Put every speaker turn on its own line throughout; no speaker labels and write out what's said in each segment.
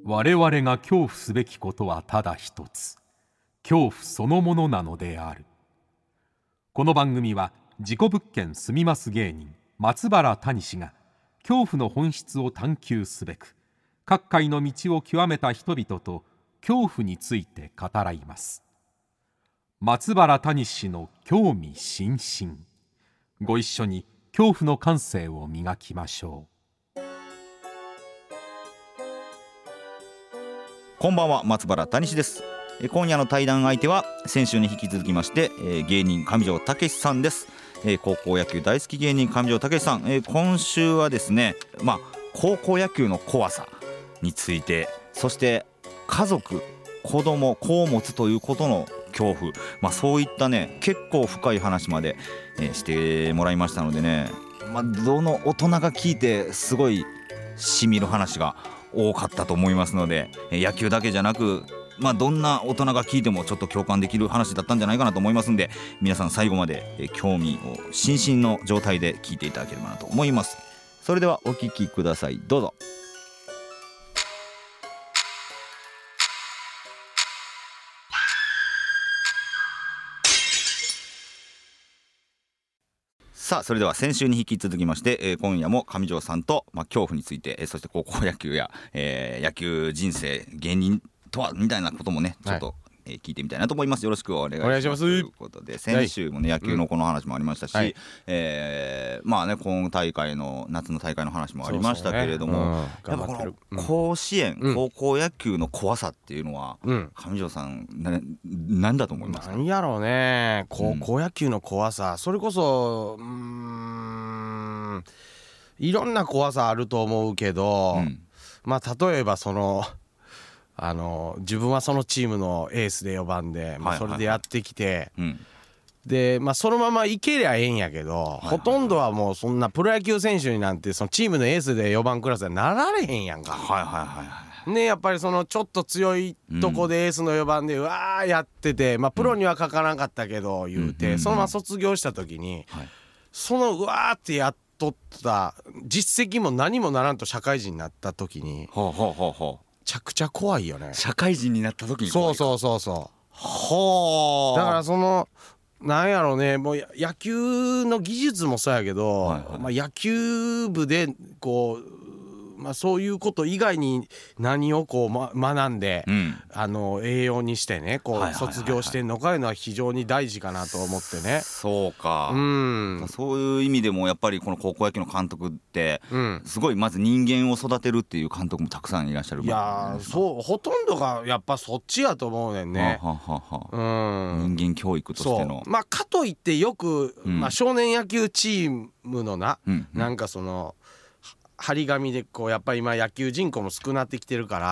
我々が恐怖すべきことはただ一つ、恐怖そのものなのである。この番組は事故物件住みます芸人松原谷氏が恐怖の本質を探求すべく各界の道を極めた人々と恐怖について語らいます。松原谷氏の興味津々、ご一緒に恐怖の感性を磨きましょう。
こんばんは、松原谷氏です。今夜の対談相手は先週に引き続きまして芸人上條武さんです。高校野球大好き芸人上條武さん、今週はですね、高校野球の怖さについて、そして家族、子供、子を持つということの恐怖、そういったね結構深い話まで、してもらいましたのでね、どの大人が聞いてすごいしみる話が多かったと思いますので、野球だけじゃなく、どんな大人が聞いてもちょっと共感できる話だったんじゃないかなと思いますんで、皆さん最後まで興味を津々の状態で聞いていただければなと思います。それではお聞きください、どうぞ。さあ、それでは先週に引き続きまして、今夜も上條さんと、恐怖について、そして高校野球や、野球人生、芸人とはみたいなこともねちょっと、聞いてみたいなと思います。よろしくお願いします。ということで、先週もね野球のこの話もありましたし、今大会の夏の大会の話もありましたけれども、やっぱこの甲子園、高校野球の怖さっていうのは、上條さん何だと思いますか？
何やろうね、高校野球の怖さ、それこそいろんな怖さあると思うけど、例えば自分はそのチームのエースで4番で、それでやってきて、でそのままいけりゃええんやけど、ほとんどはもうそんなプロ野球選手になんてそのチームのエースで4番クラスでなられへんやんか。ね、やっぱりそのちょっと強いとこでエースの4番でうわーやってて、プロにはかからなかったけど言うて、そのまま卒業した時に、そのうわーってやっとった実績も何もならんと社会人になった時にめちゃくちゃ怖いよね。
社会人になった時に怖いか。
そうだからなんやろうね、もう野球の技術もそうやけど、野球部でこうそういうこと以外に何をこう、学んで、栄養にしてね卒業してんのかいうのは非常に大事かなと思ってね。
そうか、そういう意味でもやっぱりこの高校野球の監督って、すごいまず人間を育てるっていう監督もたくさんいらっしゃる。
いやそう、ほとんどがやっぱそっちやと思うねんね。
人間教育としての。
かといってよく、少年野球チームのなんかその張り紙でこうやっぱり今野球人口も少なってきてるから、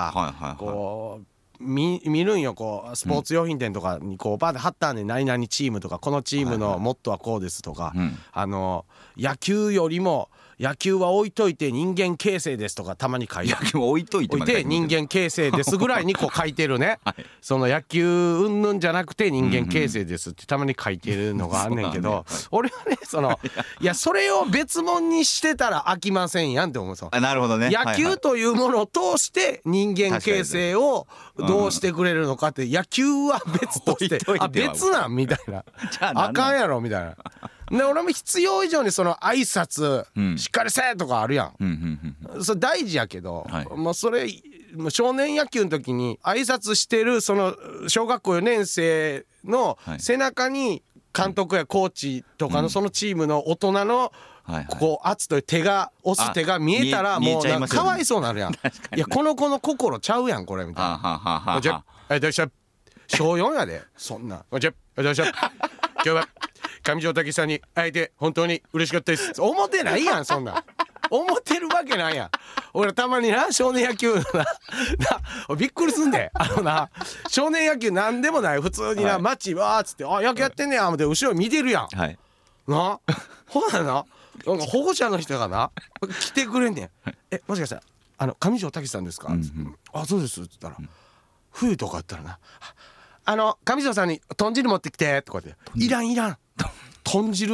こう見るんよ、こうスポーツ用品店とかにこうバーで貼ったんで、何々チームとかこのチームのモットーはこうですとか、野球よりも野球は置いといて人間形成ですとかたまに書いて、
野球は置いといて
人間形成ですぐらいにこう書いてるね、その野球云々じゃなくて人間形成ですってたまに書いてるのがあんねんけど、俺はねいやそれを別物にしてたら飽きませんやんって思う。
なるほどね。
野球というものを通して人間形成をどうしてくれるのかって、野球は別として別なんみたいなあかんやろみたいな。で俺も必要以上にその挨拶、しっかりせえとかあるやん、それ大事やけど、それ少年野球の時に挨拶してるその小学校4年生の背中に監督やコーチとかのそのチームの大人のこう圧と手が押す手が見えたらもうなんかかわいそうなるやん。いやこの子の心ちゃうやんこれみたいな。じゃあどうした小4やでそんな。じゃあどうした今日は上條武さんに会えて本当に嬉しかったです。思ってないやんそんな。思ってるわけないやん。俺たまに少年野球びっくりすんで、少年野球なんでもない普通に街わーっつって野球やってんねや思って後ろ見てるやん、ほらなんか保護者の人が来てくれんねん。もしかしたら上條武さんですか、そうですって言ったら、冬とかあったら上條さんに豚汁持ってきてとかって、いらん豚汁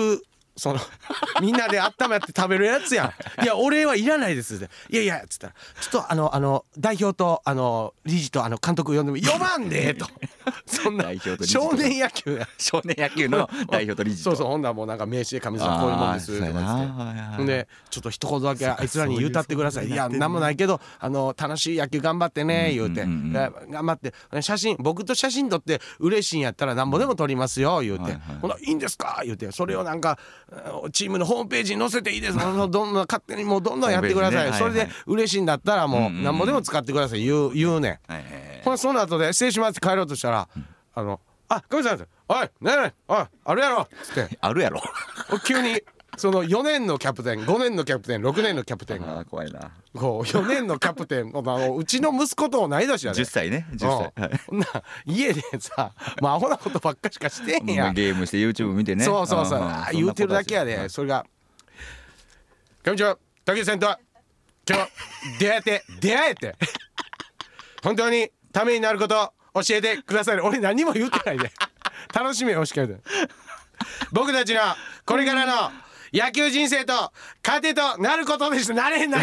そのみんなで温めて食べるやつやん。いや俺はいらないですって。いやいやっつったらちょっと代表と理事と監督呼んでも4番でとそんな少年野球や
少年野球の代表と理事と
そうほんならもうなんか名刺で神様こういうもんですとか言ってでちょっと一言だけあいつらに言うたってください。いやなんもないけど楽しい野球頑張ってね言うて頑張って僕と写真撮って嬉しいんやったらなんぼでも撮りますよ言うてほないいんですか言うてそれをなんかチームのホームページに載せていいですどんどん勝手にもうどんどんやってください。それで嬉しいんだったらもうなんぼでも使ってください言うねん。ほなその後で失礼しますって帰ろうとしたら神さんおいねえねえおいあるやろっつって
あるやろ
急にその4年のキャプテン5年のキャプテン6年のキャプテンが
怖いな
こう4年のキャプテンうちの息子と同い年やで
10歳ね10歳
ほんな家でさアホなことばっかしかしてんや
ゲームして YouTube 見てね
そう言うてるだけやでそれがこんにちは竹内さんと今日出会えて本当にためになること教えてください。俺何も言ってないで楽しみをしか言うて僕たちのこれからの野球人生と糧となることです。なれ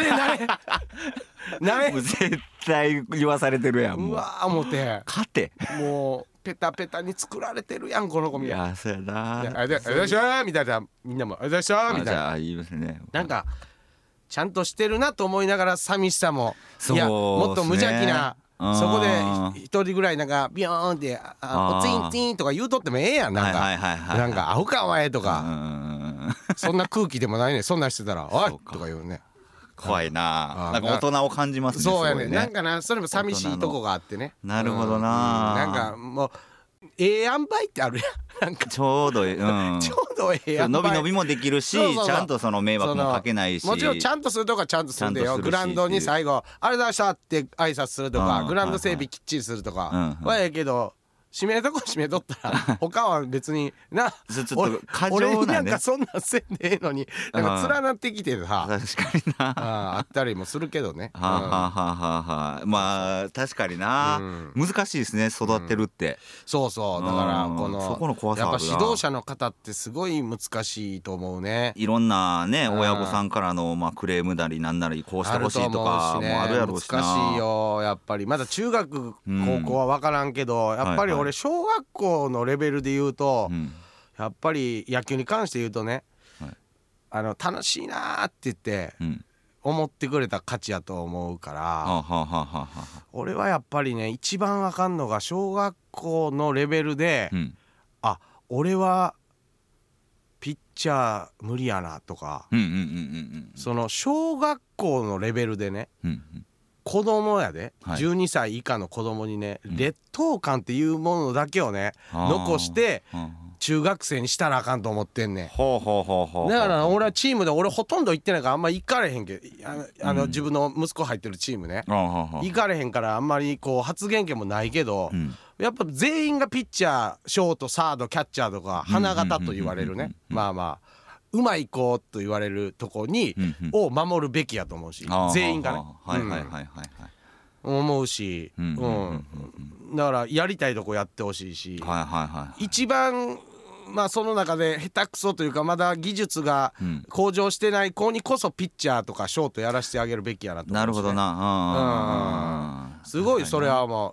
絶対言わされてるやんもう
うわ思って
糧
もうペタペタに作られてるやんこの子みたいな。
いやそうやな
ありがとうございましたみたいなみんなもありがとうございましたみたいな。
言いますね
なんかちゃんとしてるなと思いながら寂しさも
そう
いやもっと無邪気なそこで一人ぐらいなんかビヨーンっておツインツインとか言うとってもええやんなんかアホかお前とかそんな空気でもないね。そんなんしてたらおいとか言うね。
怖いななんか大人を感じますね。
そうやねなんかなそれも寂しいとこがあってね。
なるほどな
なんかもう塩梅ってあるやんなんか
ちょうど
ちょうど塩梅
伸び伸びもできるしちゃんとその迷惑もかけないし
もちろんちゃんとするとかちゃんとするんだよ。グラウンドに最後ありがとうございましたって挨拶するとかグラウンド整備きっちりするとかはええけど締めとったら他は別にな
ちょっと過
俺に
剰なね
なんかそんなんせんでええのになんか連なってきてさ
確かにな
あったりもするけどね。
まあ確かにな難しいですね育ってるって
そうだから
そこの怖さ
やっぱ
あるな
指導者の方ってすごい難しいと思うね。
いろんなね親御さんからのクレームなりなんなりこうしてほしいとかもあるやろうしな。
難しいよやっぱりまだ中学高校は分からんけどやっぱり俺小学校のレベルで言うとやっぱり野球に関して言うとね楽しいなって言って思ってくれた価値やと思うから俺はやっぱりね一番あかんのが小学校のレベルで俺はピッチャー無理やなとかその小学校のレベルでね子供やで12歳以下の子供にね劣等感っていうものだけをね残して中学生にしたらあかんと思ってんねん。だから俺はチームで俺ほとんど行ってないからあんまり行かれへんけど自分の息子入ってるチームね行かれへんからあんまりこう発言権もないけどやっぱ全員がピッチャーショートサードキャッチャーとか花形と言われるねうまい子と言われるとこにを守るべきやと思うし全員がね思うしだからやりたいとこやってほしいし一番その中で下手くそというかまだ技術が向上してない子にこそピッチャーとかショートやらせてあげるべきやなと思うしね。
なるほどな
すごいそれはも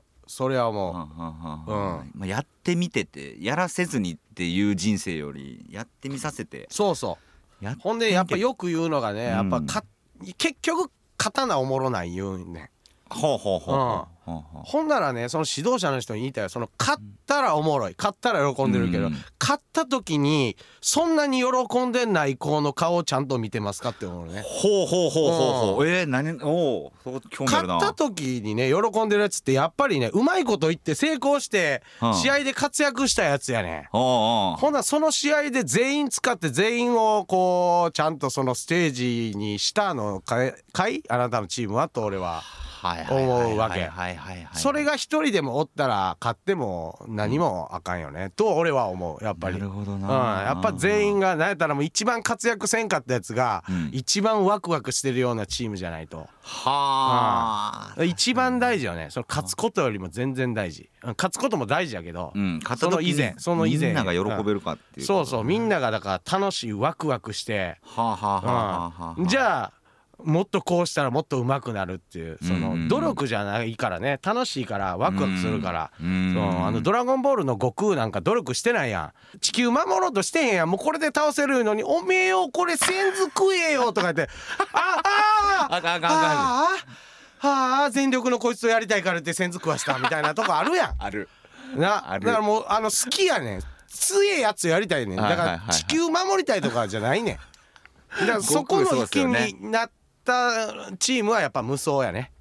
う
やってみててやらせずにっていう人生よりやってみさせて
ほんでやっぱよく言うのがねやっぱ結局刀おもろない言うんね。ほんならねその指導者の人に言いたいよ。その勝ったらおもろい勝ったら喜んでるけど勝った時にそんなに喜んでない子の顔をちゃんと見てますかって思うね。
何そこ興味あるな。
勝った時にね喜んでるやつってやっぱりねうまいこと言って成功して試合で活躍したやつやね。ほんならその試合で全員使って全員をこうちゃんとそのステージにしたのかいあなたのチームはと俺は思うわけ。それが一人でもおったら勝っても何もあかんよねと俺は思う。やっぱり
なるほどな、
やっぱ全員が何やったらもう一番活躍せんかったやつが一番ワクワクしてるようなチームじゃないと、一番大事よね。その勝つことよりも全然大事。勝つことも大事やけど、その以前
みんなが喜べるかっていう、
そうみんながだから楽しいワクワクして、じゃあもっとこうしたらもっと上手くなるっていう、その努力じゃないからね、楽しいからワクワクするから。ドラゴンボールの悟空なんか努力してないやん。地球守ろうとしてへんやん。もうこれで倒せるのにおめえよこれ先ず食えよとか言って全力のこいつとやりたいからって先ず食わしたみたいなとこあるやん。
ある
だからもう好きやねん。強えやつやりたいねん。だから地球守りたいとかじゃないねん。だからそこの一気になったチームはやっぱ無双やね。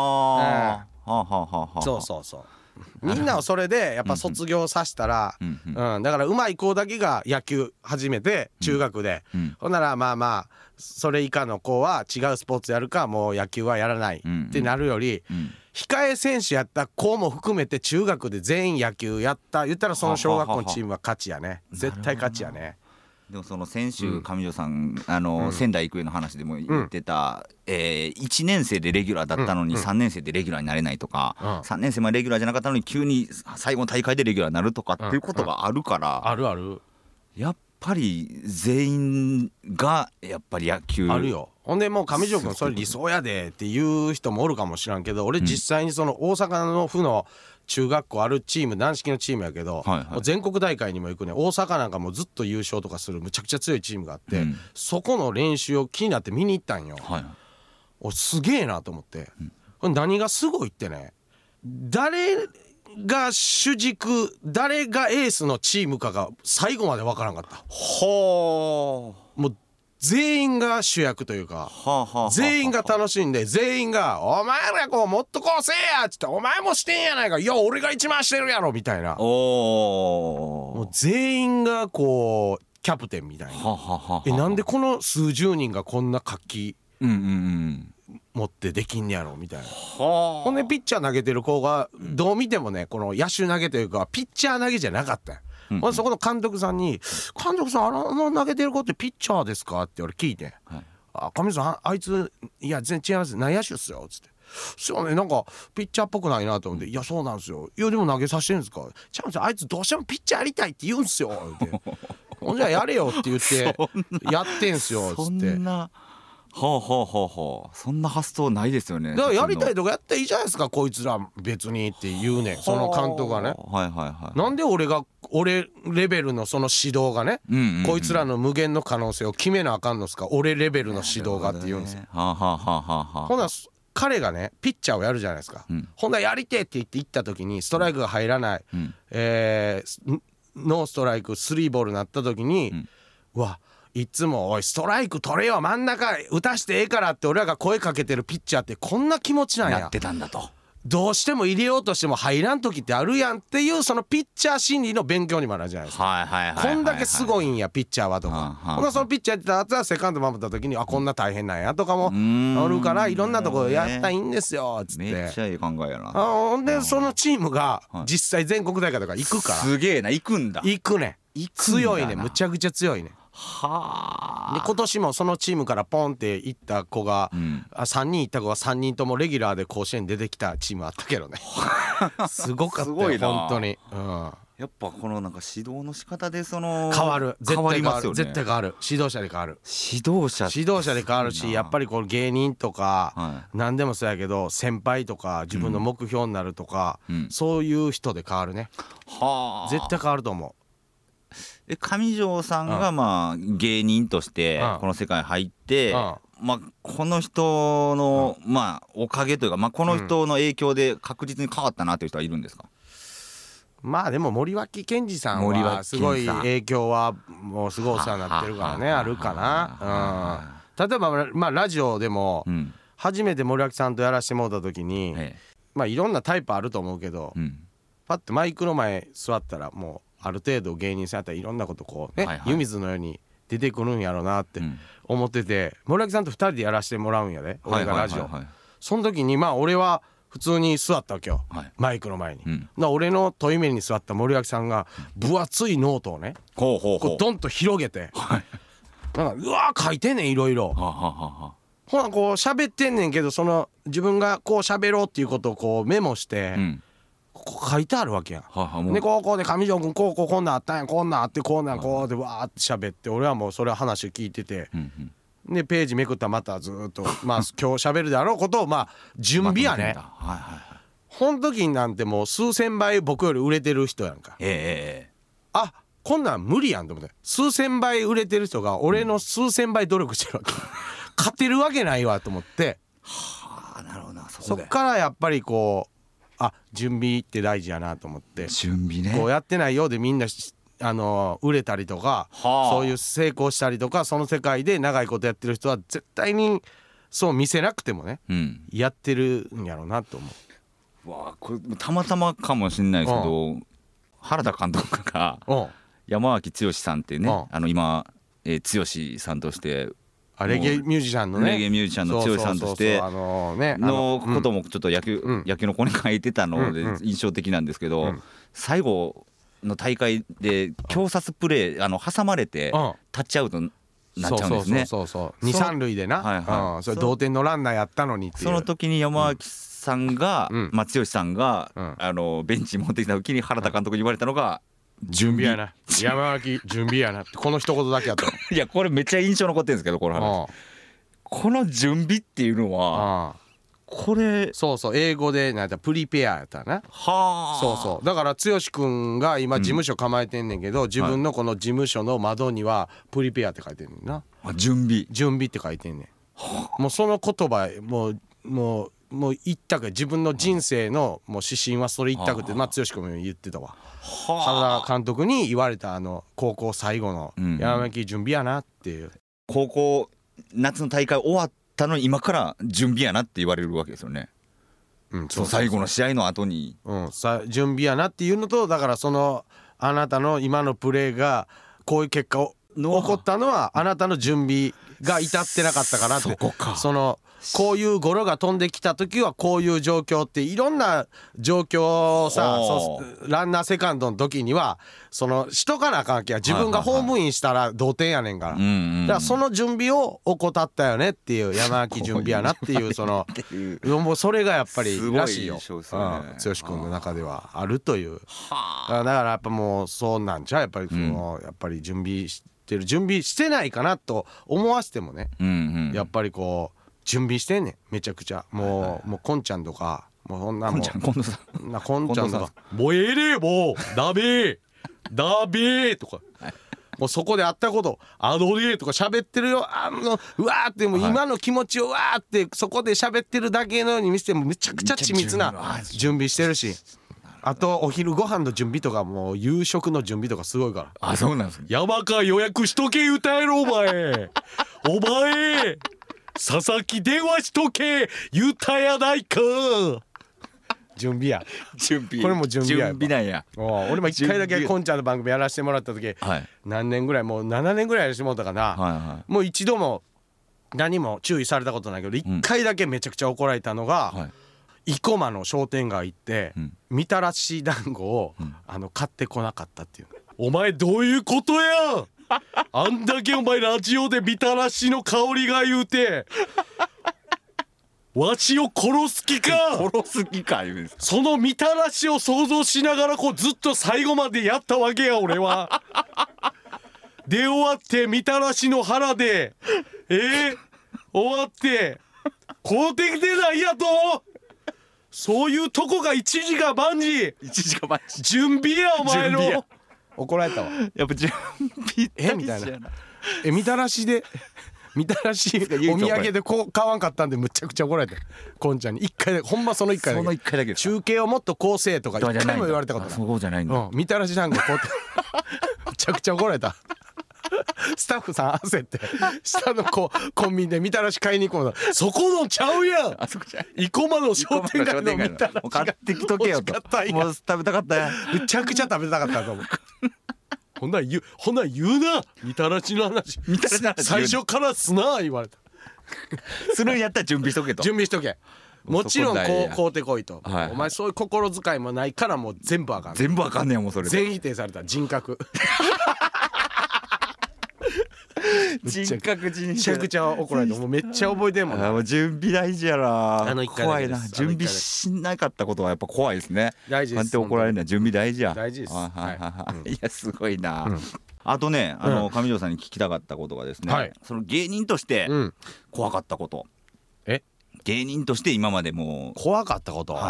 そうみんなをそれでやっぱ卒業させたら、だから上手い子だけが野球始めて中学で、ほんならまあそれ以下の子は違うスポーツやるかもう野球はやらないってなるより、控え選手やった子も含めて中学で全員野球やった言ったらその小学校のチームは勝ちやね。絶対勝ちやね。
でもその先週上条さん仙台育英の話でも言ってた、1年生でレギュラーだったのに3年生でレギュラーになれないとか、3年生までレギュラーじゃなかったのに急に最後の大会でレギュラーになるとかっていうことがあるから、
ある
やっぱり全員がやっぱり野球
あるよ。ほんでもう上条君それ理想やでっていう人もおるかもしらんけど、俺実際にその大阪の府の中学校あるチーム軟式のチームやけど、もう全国大会にも行くね。大阪なんかもずっと優勝とかするむちゃくちゃ強いチームがあって、そこの練習を気になって見に行ったんよ。俺すげえなと思って、何がすごいってね、誰が主軸誰がエースのチームかが最後まで分からんかった。もう全員が主役というか、全員が楽しんで、全員がお前らこうもっとこうせえやっつって、お前もしてんやないか、いや俺が一番してるやろみたいな、もう全員がこうキャプテンみたいな。なんでこの数十人がこんな活気持ってできんねやろみたいな。ほんでピッチャー投げてる子がどう見てもね、この野手投げというかピッチャー投げじゃなかったよ。そこの監督さんに「監督さん投げてる子ってピッチャーですか?」って俺聞いて「上さんあいついや全然違います内野手っすよ」っつって「そうねなんかピッチャーっぽくないな」と思って「いやそうなんですよ。いやでも投げさせてるんですか?」「ちゃうんですよあいつどうしてもピッチャーやりたいって言うんすよ」って「ほんじゃやれよ」って言って「やってんすよ」っつって。
そんな発想ないですよね。
だからやりたいとかやっていいじゃないですかこいつら別にって言うねん、その監督がね。なんで俺レベルのその指導がね、こいつらの無限の可能性を決めなあかんのっすか、俺レベルの指導がって言うんですよ。ほな彼がねピッチャーをやるじゃないですか、ほんならやりてえって言って行った時にストライクが入らない、ノーストライク3ボールになった時に、うわいつもおいストライク取れよ真ん中打たしてええからって俺らが声かけてるピッチャーってこんな気持ちなんや、
なってたんだと。
どうしても入れようとしても入らん時ってあるやんっていう、そのピッチャー心理の勉強にもなるじゃないですか。こんだけすごいんやピッチャーはとか、そのピッチャーやってたやつはセカンド守った時にこんな大変なんやとかもあるから、いろんなとこやったらいいんですよっつって。
めっちゃいい考えやな。
ほんでそのチームが実際全国大会とか行くから、
すげえな、行くんだ。
行くね、強いね、むちゃくちゃ強いね。で今年もそのチームからポンって行った子が、3人行った子が3人ともレギュラーで甲子園出てきたチームあったけどねすごかったよ本当に。
やっぱこのなんか指導の仕方でその
変わる、絶対変わる、絶対変わる、指導者で変わる、
指導者
で変わるし、やっぱりこの芸人とか何でもそうやけど先輩とか自分の目標になるとか、そういう人で変わるね。絶対変わると思う。
上条さんがまあ芸人としてこの世界に入って、まあこの人のまあおかげというか、まあこの人の影響で確実に変わったなという人はいるんですか？
まあでも森脇健児さんはすごい影響はもうすごいお世話になってるからね、あるかな。例えばまあラジオでも初めて森脇さんとやらせてもらった時に、まあいろんなタイプあると思うけど、パッとマイクの前座ったらもうある程度芸人さんやったらいろんなことこうね、湯水のように出てくるんやろうなって思ってて、森脇さんと2人でやらせてもらうんやで、俺がラジオ。 その時にまあ俺は普通に座ったわけよ、マイクの前に、俺の遠い目に座った森脇さんが分厚いノートをねこうドンと広げて、なんかうわー書いてんねんいろいろ。ほなこう喋ってんねんけど、その自分がこう喋ろうっていうことをこうメモして、こう書いてあるわけやん。でこうで上条君こんなんあったんや、こんなんあってこんなんこうでわーって喋って、俺はもうそれは話聞いてて、でページめくったらまたずっとまあ今日喋るであろうことをまあ準備やね。ほん時になんてもう数千倍僕より売れてる人やんか。あ、こんなん無理やんと思って、数千倍売れてる人が俺の数千倍努力してるわけ、勝てるわけないわと思って、
なるほどな。
そっからやっぱりこう準備って大事やなと思って、
準備ね、
こうやってないようでみんな売れたりとか、そういう成功したりとか、その世界で長いことやってる人は絶対にそう見せなくてもね、やってるんやろうなと思う。
わあ、これたまたまかもしれないですけど、原田監督が山脇剛さんっていうね、今剛さんとして
レゲエミュージシャンのね、
レゲエミュージシャンの剛さんとしてのこともちょっと野球の子に書いてたので印象的なんですけど、最後の大会で挟殺プレー挟まれてタッチアウトになっちゃうんですね。
そう2、3塁でな、それ同点のランナーやったのにっていう。
その時に山脇さんが剛さんがベンチに持ってきた時に原田監督に言われたのが
準備やな、山脇準備やなってこの一言だけやった。
いやこれめっちゃ印象残ってるんですけど、この話、この準備っていうのはこれ
そう英語でなんかプリペアやったな。そうだから剛君が今事務所構えてんねんけど、自分のこの事務所の窓にはプリペアって書いてんねんな。
準備
って書いてんねん。もうその言葉もう一択、自分の人生のもう指針はそれ一択って剛君も言ってたわ。原田監督に言われた高校最後の山脇準備やなっていう。
高校夏の大会終わったのに今から準備やなって言われるわけですよね。最後の試合の後に
準備やなっていうのと、だからそのあなたの今のプレーがこういう結果を起こったのはあなたの準備が至ってなかったからって。そのこういうゴロが飛んできた時はこういう状況っていろんな状況をさ、ランナーセカンドの時にはそのしとかなあかんわけや。自分がホームインしたら同点やねんから、だからその準備を怠ったよねっていう、山脇準備やなっていうそのもうそれがやっぱりらしいよ、剛君の中ではあるという。だからやっぱもうそうなんちゃう、やっぱりそのやっぱり準備してないかなと思わせてもね、やっぱりこう準備してんねんめちゃくちゃ。もうこんちゃんとかもうそんなもんこんちゃんとかもうええでもうダメとかもうそこであったことでとか喋ってるよ、うわーってもう今の気持ちをわーってそこで喋ってるだけのように見せてもめちゃくちゃ緻密な準備してるし、あとお昼ご飯の準備とかもう夕食の準備とかすごいから。
そうなんですね。
山川予約しとけ言うたやろお前佐々木電話しとけ言うたやないか。準備やこれも準備や。
なんや。
俺も1回だけこんちゃんの番組やらせてもらった時、何年ぐらいもう7年ぐらいやらせてもらったかな、もう一度も何も注意されたことないけど1回だけめちゃくちゃ怒られたのが、生駒の商店街行ってみたらし団子を買ってこなかったっていう。お前どういうことやあんだけお前ラジオでみたらしの香りが言うてわしを殺す気か
言うんです。
そのみたらしを想像しながらこうずっと最後までやったわけや俺は。で終わってみたらしの腹で終わって買うてきてないやと。そういうとこが一時が万事準備やお前の。怒られたわ。
やっぱ準備
みたいな。みたらしお土産でこう買わんかったんでむちゃくちゃ怒られて、こんちゃんに1回だけ、ほんまその1回だけ中継をもっとこうせえとか1回も言われたことない。
そうじゃないんだ。
みたらし団子こうってむちゃくちゃ怒られた。スタッフさん焦って下のコンビニでみたらし買いに行こうの、そこのちゃうやん、生駒の商店街のみたらし
買ってきとけよと。もう食べたかったやん。
むちゃくちゃ食べたかったと思う。ほんなら言うなみたらしの話最初からすな言われた。
するんやったら準備しとけと。
準備しとけ。 もちろんこうてこいと、
はいはい、
お前そういう心遣いもないからもう全部あかん、
全部あかんねやもうそれで
全否定された人格
人格人
めちゃくちゃ怒られてもうめっちゃ覚えてんもんな。
もう準備大事やな。怖いな。準備
し
しなかったことはやっぱ怖いですね。
大事です。
なんて怒られるのは準備大事や。
大事です。
いやすごいな。あとね上条さんに聞きたかったことがですね、その芸人として怖かったこと、芸人として今までもう
怖かったこと、
もう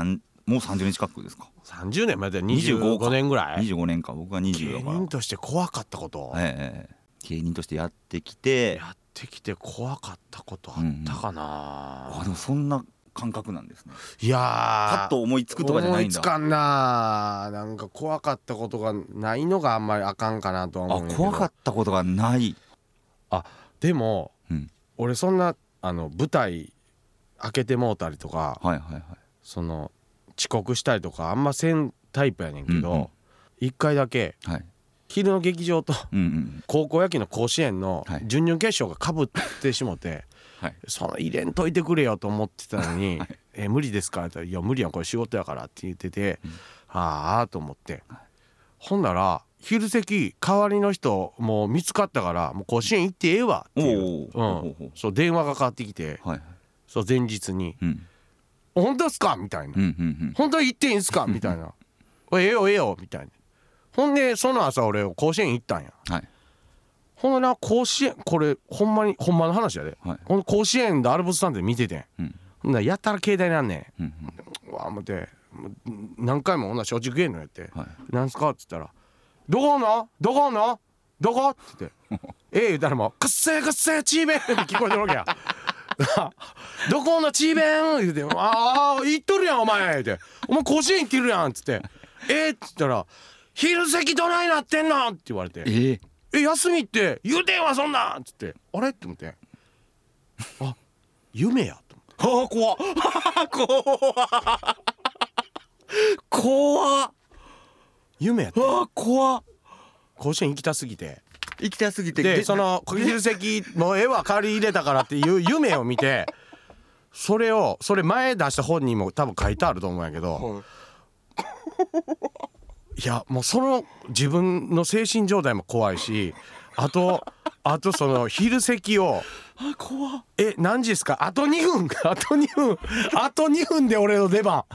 30年近くですか。
30年まで25年ぐらい。
25年か。僕は20だから。
芸人として怖かったこと、
芸人としてやってきて
怖かったことあったかな。
でもそんな感覚なんですね。
いや
パッと思いつくとかじゃないんだ。
思いつかんな。なんか怖かったことがないのがあんまりあかんかなとは思うんやけど。
怖かったことがない。
でも、俺そんな舞台開けてもうたりとか、その遅刻したりとかあんませんタイプやねんけど、一回だけ、昼の劇場と高校野球の甲子園の準々決勝がかぶってしもて、その入れんといてくれよと思ってたのに無理ですかって言ったら、いや無理やんこれ仕事やからって言ってて、ああと思って、ほんなら昼席代わりの人もう見つかったからもう甲子園行ってええわっていうそう電話がかかってきて、そう前日に本当ですかみたいな、本当に行っていいんすかみたいなええよええよみたいな。ほんでその朝俺甲子園行ったんや、ほんでな甲子園これほんまの話やで、ほんで甲子園でアルプススタンドで見ててん、ほんならやったら携帯なんねん、うわ思って何回もほんなら松竹芸能やって「なんすか?」っつったら「どこのどこのどこ?」って言って「言うたらもう「くっせーくっせーチーベン」って聞こえてるわけやどこのチーベン言うて「ああ行っとるやんお前」って「お前甲子園行ってるやん」っつって「っつったら「昼席どないなってんの?」って言われて「休みって言うてんわそんなん」っつって「あれ?」って思って「あ夢や」と思って「怖っ怖っ夢やって怖っ甲子園行きたすぎてでその昼席もう絵は借り入れたからっていう夢を見てそれ前出した本にも多分書いてあると思うんやけど、いやもうその自分の精神状態も怖いし、あとその昼席を何時ですかあと2分で俺の出番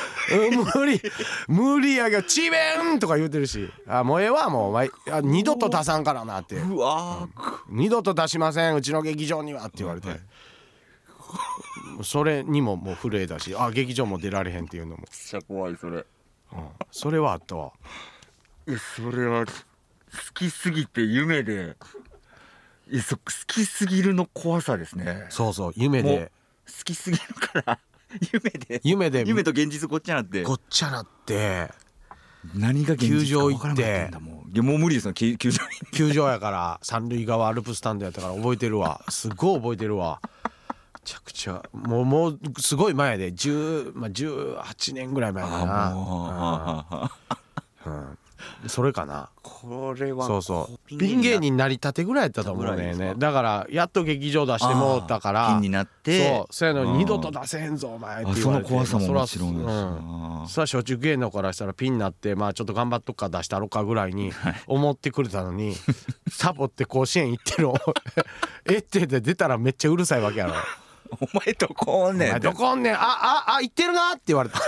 無理やけどチーベンとか言うてるし、もうええわもうお前二度と出さんからなって、二度と出しませんうちの劇場にはって言われて、それにももう震えたし劇場も出られへんっていうのもめっ
ちゃ怖いそれ、
それはあったわ。
それは好きすぎて夢で好きすぎるの怖さですね。
そう夢で
好きすぎるから夢と現実ごっちゃなって何が現実か分からなかったんだもん。もう無理ですよ球
場やから三塁側アルプスタンドやったから覚えてるわすごい覚えてるわめちゃくちゃもうすごい前で18年ぐらい前かな。それかな。
これは
ピン芸人なりたてぐらいやったと思うね。だからやっと劇場出してもうたから
ピンになって
そうやの二度と出せへんぞお前って言われて、
その怖さももちろんです
そら松竹芸能からしたらピンになってちょっと頑張っとくか出したろかぐらいに思ってくれたのにサボって甲子園行ってるって出たらめっちゃうるさいわけやろ。
お前どこおんねん
行ってるなって言われた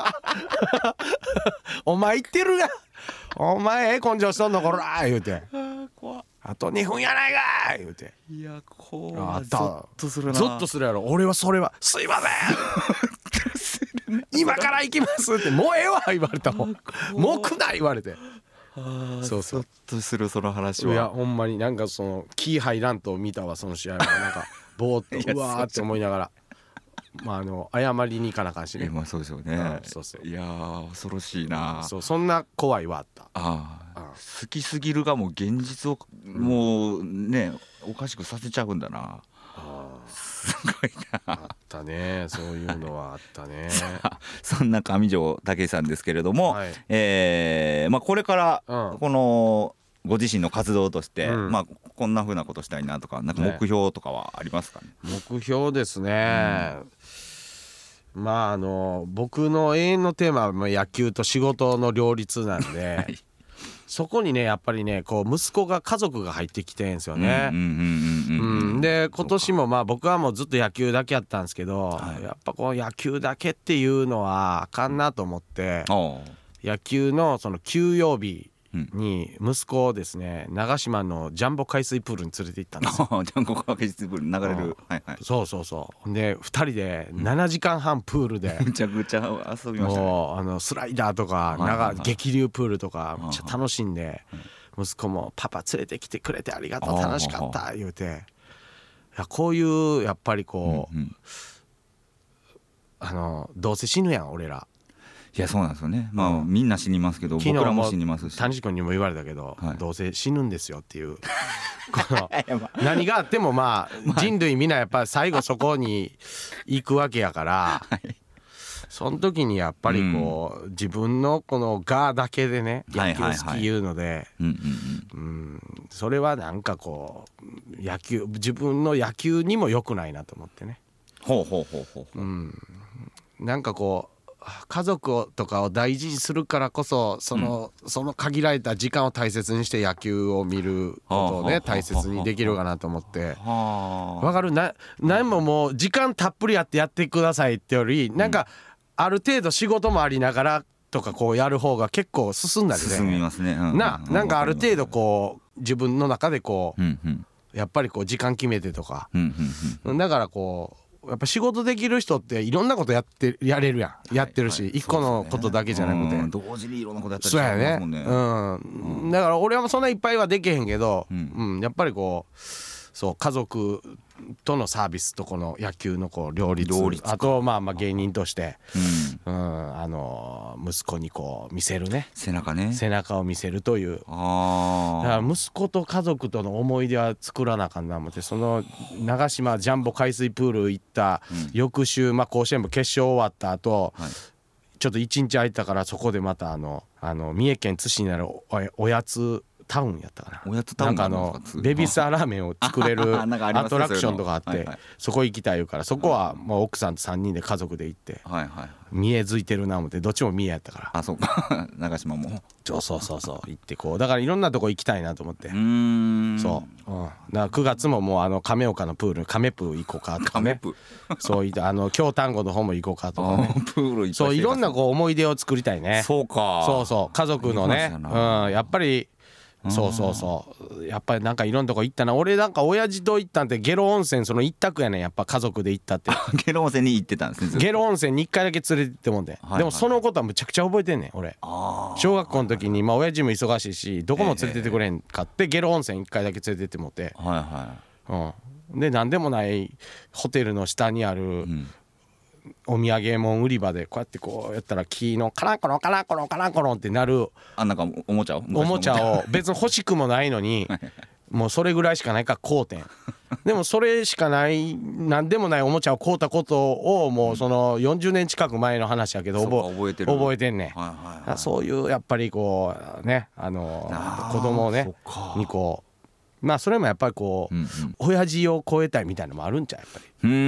お前行ってるなお前根性しとんのこら言うてあと2分やないか言うて、
いや怖い
ゾッとするやろ。俺はそれはすいません今から行きますってもうええわ言われたもんもう来ない言われて
ゾッとするその話は。
いやほんまになんかその気入らんと見たわその試合はなんかぼーっとうわーって思いながら謝りに行かなあかんしね。
そうですよね。いや恐ろしいな。
そんな怖いはあった。
好きすぎるがもう現実をもうねおかしくさせちゃうんだな。すごいな。
あったねそういうのはあったね
そんな上条武さんですけれども、これからこのご自身の活動として、こんな風なことしたいなとかなんか目標とかはありますかね。
目標ですね、 まあ僕の永遠のテーマは野球と仕事の両立なんで、はい、そこにねやっぱりねこう息子が家族が入ってきてんすよね。で今年もまあ僕はもうずっと野球だけやったんですけど、はい、やっぱこう野球だけっていうのはあかんなと思って、野球のその休養日に息子をですね長島のジャンボ海水プールに連れて行ったんですよ。
ジャンボ海水プールに流れる、はいはい、
そうそうそうで2人で7時間半プールで、
めちゃくちゃ遊びましたね。
もうスライダーとか激流プールとかめっちゃ楽しんで、息子もパパ連れてきてくれてありがとう楽しかった言うて、いやこういうやっぱりこう、どうせ死ぬやん俺ら。
いやそうなんですよね。まあ、みんな死にますけど僕らも死にますし、
谷地君にも言われたけど、はい、どうせ死ぬんですよっていうこの何があってもまあ人類みんなやっぱり最後そこに行くわけやから、はい、その時にやっぱりこう、自分のこの我だけでね野球好き言うので、それはなんかこう自分の野球にも良くないなと思ってね。なんかこう家族とかを大事にするからこそその限られた時間を大切にして野球を見ることをね大切にできるかなと思って。わかる何ももう時間たっぷりやってやってくださいってよりなんかある程度仕事もありながらとかこうやる方が結構進んだりね。
進みますね。
なんかある程度こう自分の中でこうやっぱりこう時間決めてとかだからこうやっぱ仕事できる人っていろんなことやれるやんやってるし、一個のことだけじゃなくて
同時にいろんなことやったりしますもんね。
だから俺はそんないっぱいはできへんけど、やっぱりこうそう家族とのサービスとこの野球のこう両立あとまあ芸人として、息子にこう見せるね背中を見せるという。だから息子と家族との思い出は作らなあかんな思って、その長島ジャンボ海水プール行った翌週、甲子園も決勝終わった後、ちょっと1日空いたからそこでまた三重県津市にあるおやつタウンやったかな、なんかベビースターラーメンを作れるアトラクションとかあって、そこ行きたいからそこはもう奥さんと3人で家族で行って、三重づいてるな思って、どっちも三重やったから。
あ、そうか長島も
そう行ってこうだからいろんなとこ行きたいなと思って。そう、だから9月ももう亀岡のプール亀プー行こうかとかねそういった京丹後の方も行こうかとかね
プール
そういろんなこう思い出を作りたいね。
そう
家族のね、やっぱりそうやっぱりなんかいろんなとこ行ったな。俺なんか親父と行ったんってゲロ温泉その一択やねん、やっぱ家族で行ったって
ゲロ温泉に行ってたんですね。
ゲロ温泉に1回だけ連れてってもんで、でもそのことはむちゃくちゃ覚えてんねん俺。小学校の時に親父も忙しいしどこも連れてってくれんかってゲロ温泉1回だけ連れてってもってで何でもないホテルの下にあるお土産物売り場でこうやってこうやったら木のカランコロンカランコロンカランコロンってなる
なんかおもちゃ
を別に欲しくもないのにもうそれぐらいしかないから買うてん。でもそれしかない何でもないおもちゃを買うたことをもうその40年近く前の話やけど覚えてんねん。そういうやっぱりこうね子供をねにこうまあそれもやっぱりこう親父を超えたいみたいなのもあるんちゃうやっぱり。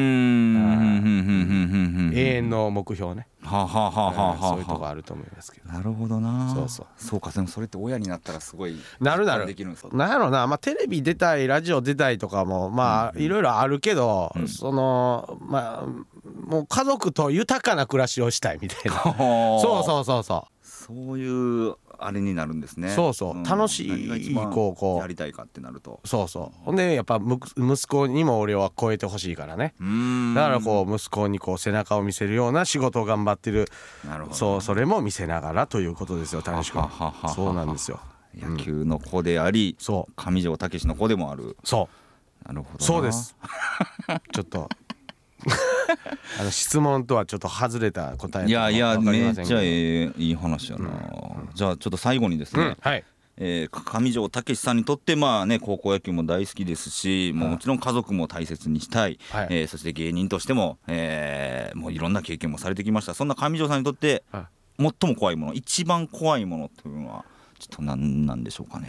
永遠の目標ね。そういうとこあると思いますけど。
なるほどな。そうか。でもそれって親になったらすごい
なるなんやろな。テレビ出たいラジオ出たいとかもいろいろあるけど、もう家族と豊かな暮らしをしたいみたいな
そういうあれになるんですね。
楽しいこう
やりたいかってなると
ほんでやっぱ息子にも俺は超えてほしいからね。だからこう息子にこう背中を見せるような仕事を頑張ってる。それも見せながらということですよ谷志君。そうなんですよ。
野球の子であり上条武の子でもある。なるほど。
そうですちょっと質問とはちょっと外れた答え。
いやめっちゃいい話やな。じゃあちょっと最後にですね、上条武さんにとって高校野球も大好きですし、もちろん家族も大切にしたい、そして芸人としてももういろんな経験もされてきました。そんな上条さんにとって最も怖いもの、一番怖いものというのはちょっと何なんでしょうかね。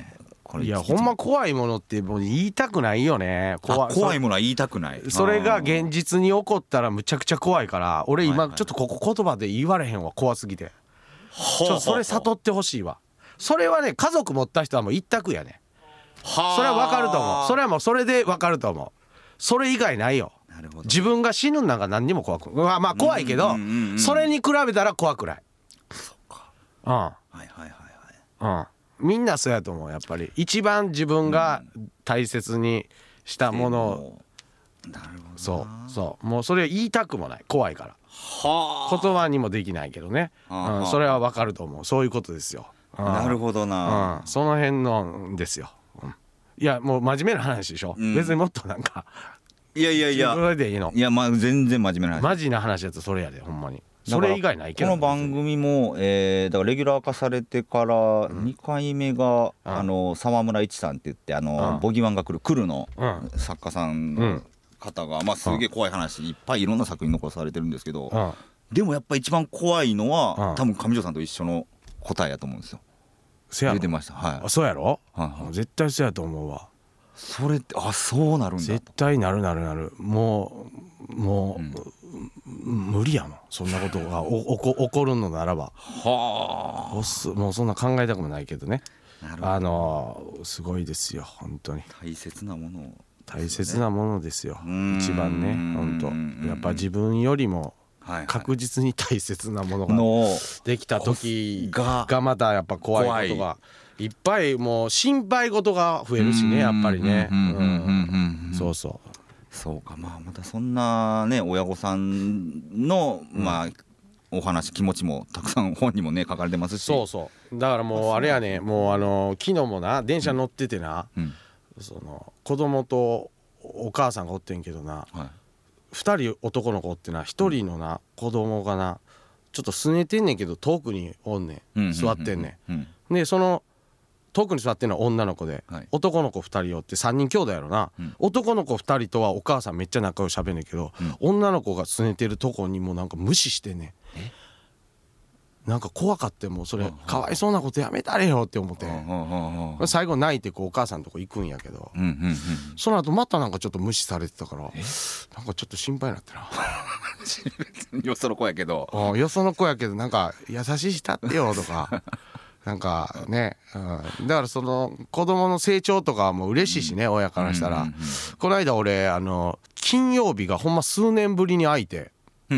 これ
いやほんま怖いものってもう言いたくないよね。
怖いものは言いたくない。
それが現実に起こったらむちゃくちゃ怖いから、俺今ちょっとここ言葉で言われへんわ、怖すぎて。ちょっとそれ悟ってほしいわ。それはね、家族持った人はもう一択やね。それは分かると思う。それはもうそれで分かると思う。それ以外ないよ。なるほど。自分が死ぬなんか何にも怖く、まあ怖いけど、それに比べたら怖くない。
そうか。
はいはいはいはい。みんなそうやと思う。やっぱり一番自分が大切にしたものを、
なるほど。
そうそう、もうそれは言いたくもない、怖いから。言葉にもできないけどね、それは分かると思う。そういうことですよ。
なるほどな、
その辺のですよ。いやもう真面目な話でしょ、別にもっとなんか
いや
それでいいの。
いやまあ全然真面目な話。
マジな話やつそれやでほんまに。それ以外ないけど、
この番組も、だからレギュラー化されてから2回目が、沢村一さんって言ってボギワンが来るの作家さんの方が、まあすげえ怖い話いっぱいいろんな作品残されてるんですけど、でもやっぱ一番怖いのは多分上条さんと一緒の答えやと思うんですよ。出てました。はい。
そうやろ、絶対そうやと思うわ。
それってそうなるんだと。
絶対なる。もう、無理やもん、そんなことが起こるのならば。もうそんな考えたくもないけどね。すごいですよ本当に。
大切なものを、
大切なものですよ一番ね。本当やっぱ自分よりも確実に大切なものができた時がまたやっぱ怖いことがいっぱい、もう心配事が増えるしね、やっぱりね。
そうか。まあまたそんなね親御さんのまあお話、気持ちもたくさん本にもね書かれてますし。
そうだからもうあれやね、もう昨日もな電車乗っててな、その子供とお母さんがおってんけどな、2人男の子おってな、1人のな子供がなちょっとすねてんねんけど遠くにおんねん、座ってんねん。でその遠くに座ってんのは女の子で、男の子2人おって3人兄弟やろな、男の子2人とはお母さんめっちゃ仲良くしゃべんねんけど、女の子がすねてるとこにもなんか無視してんねん。なんか怖かって、もうそれかわいそうなことやめたれよって思って、最後泣いてお母さんのとこ行くんやけど、その後またなんかちょっと無視されてたから、なんかちょっと心配になってな。
よその子やけど
なんか優しいしたってよとか。なんかね、だからその子供の成長とかも嬉しいしね、親からしたら。この間俺金曜日がほんま数年ぶりに空いて、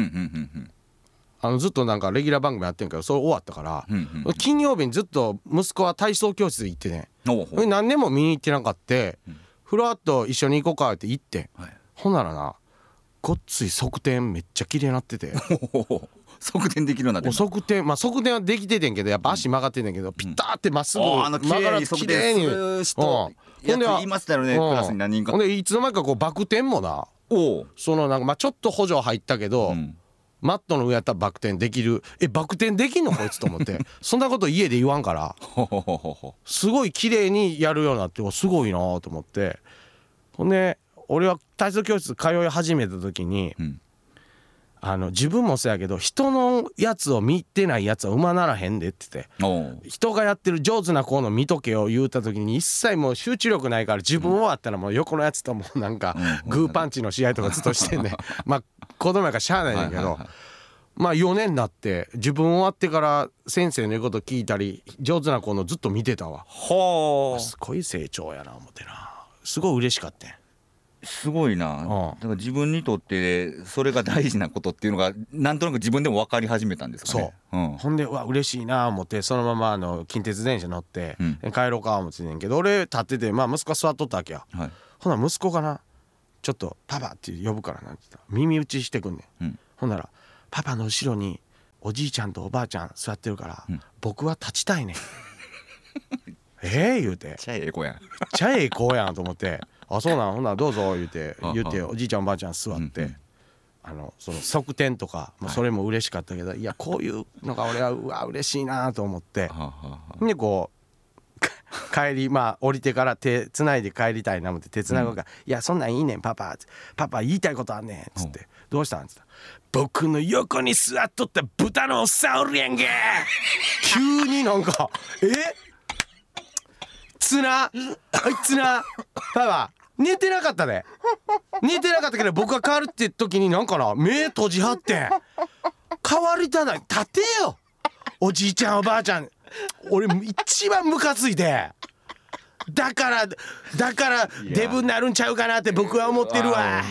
ずっとなんかレギュラー番組やってんけどそれ終わったから、金曜日にずっと息子は体操教室行ってね、何年も見に行ってなかった。ふらっと一緒に行こうかって行って、ほんならなごっつい側転めっちゃ綺麗になってて。
側転できるようになってる。
側転はできててんけど、やっぱ足曲がってんねんけど、ピッターってまっすぐ
綺麗に側転する人やつ言いましたよね、クラスに何人か。
ほんでいつの間にかバク転もな、そのなんかちょっと補助入ったけど、マットの上やったらバク転できる。バク転できんのこいつと思って。そんなこと家で言わんからすごい綺麗にやるようになって、すごいなと思って。ほんで俺は体操教室通い始めた時に、自分もそうやけど人のやつを見てないやつは馬ならへんでって言って、人がやってる上手な子の見とけを言うた時に一切もう集中力ないから、自分終わったらもう横のやつともなんかグーパンチの試合とかずっとしてんねん。まあ子供やからしゃあないねんけど、まあ4年になって自分終わってから先生の言うこと聞いたり上手な子のずっと見てたわ。すごい成長やな思ってな、すごい嬉しかったん。
すごいな。だから自分にとってそれが大事なことっていうのがなんとなく自分でも分かり始めたんですかね。
ほんで嬉しいな思って、そのまま近鉄電車乗って、帰ろうか思ってんねんけど、俺立ってて息子が座っとったわけや。ほな息子がなちょっとパパって呼ぶからなって耳打ちしてくんねん。ほんならパパの後ろにおじいちゃんとおばあちゃん座ってるから、僕は立ちたいねん。言うて、めっ
ちゃええ子やん。
めっちゃええ子やんと思って、あそうなん、ほんならどうぞ言っておじいちゃんおばあちゃん座って、その側転とか、それも嬉しかったけど、いやこういうのが俺は嬉しいなと思って、でこう帰り降りてから手つないで帰りたいな思って手つなぐから、いやそんなんいいねんパパ言いたいことあんねんっつって、どうしたんっつったら、僕の横に座っとった豚のおっさんおるやんけ。急になんかつなパパ寝てなかったで。寝てなかったけど僕が変わるって時になんかな目閉じはって変わりたない立てよおじいちゃんおばあちゃん。俺一番ムカついてだからデブになるんちゃうかなって僕は思ってるわ。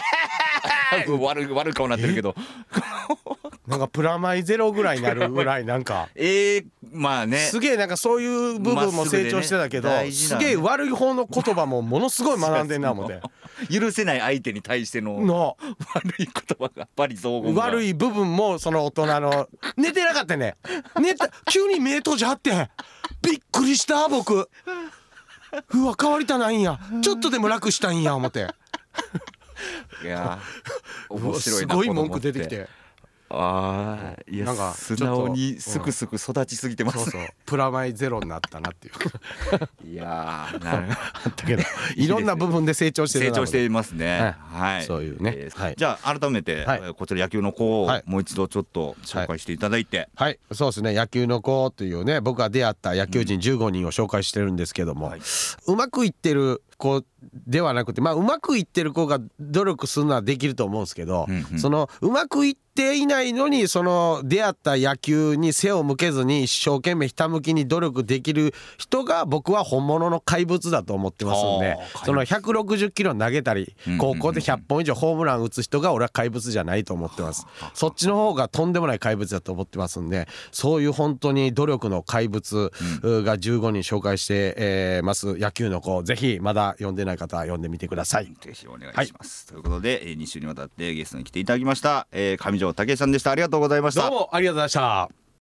悪顔なってるけど
なんかプラマイゼロぐらいになるぐらいなんか
まあね
すげえなんかそういう部分も成長してたけど、すげえ悪い方の言葉もものすごい学んでんな思って
許せない相手に対しての悪い言葉がやっぱり造語が
悪い部分もその大人の寝てなかったね。寝た急に目閉じはってびっくりした僕。うわ変わりたないんやちょっとでも楽したいんや思って
いや面白いな
すごい文句出てきて
いやなんか素直にすくすく育ちすぎてます、
そうプラマイゼロになったなっていう
いやなる
あったけどいろんな部分で成長してる
成長していますね、はい、
そういうね、
じゃあ改めて、こちら野球の子をもう一度ちょっと紹介していただいて、
はいそうですね野球の子というね僕が出会った野球人15人を紹介してるんですけども、うまくいってる子ではなくてうまくいってる子が努力するのはできると思うんですけど、そのうまくいっていないのにその出会った野球に背を向けずに一生懸命ひたむきに努力できる人が僕は本物の怪物だと思ってますんで、その160キロ投げたり高校で100本以上ホームラン打つ人が俺は怪物じゃないと思ってます。そっちの方がとんでもない怪物だと思ってますんで、そういう本当に努力の怪物が15人紹介してます野球の子、ぜひまだ読んでない方は読んでみてください。
ぜひお願いします、ということで2週にわたってゲストに来ていただきました上条武さんでした。ありがとうございました。
どうもありがとうございました。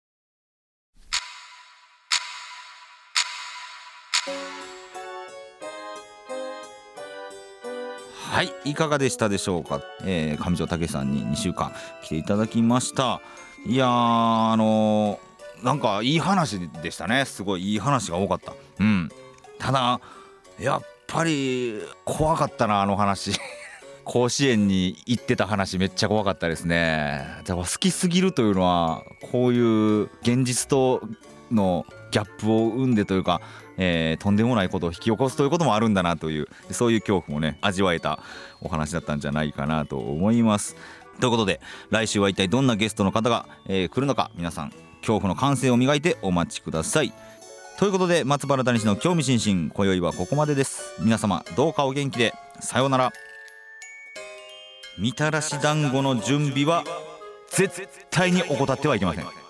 はい、いかがでしたでしょうか。上条武さんに2週間来ていただきました。いやなんかいい話でしたね。すごいいい話が多かった。ただやっぱり怖かったなあの話甲子園に行ってた話めっちゃ怖かったですね。だから好きすぎるというのはこういう現実とのギャップを生んでというか、とんでもないことを引き起こすということもあるんだなという、そういう恐怖もね味わえたお話だったんじゃないかなと思います。ということで来週は一体どんなゲストの方が、来るのか、皆さん恐怖の感性を磨いてお待ちください。ということで松原谷氏の興味津々、今宵はここまでです。皆様どうかお元気で。さようなら。みたらし団子の準備は絶対に怠ってはいけません。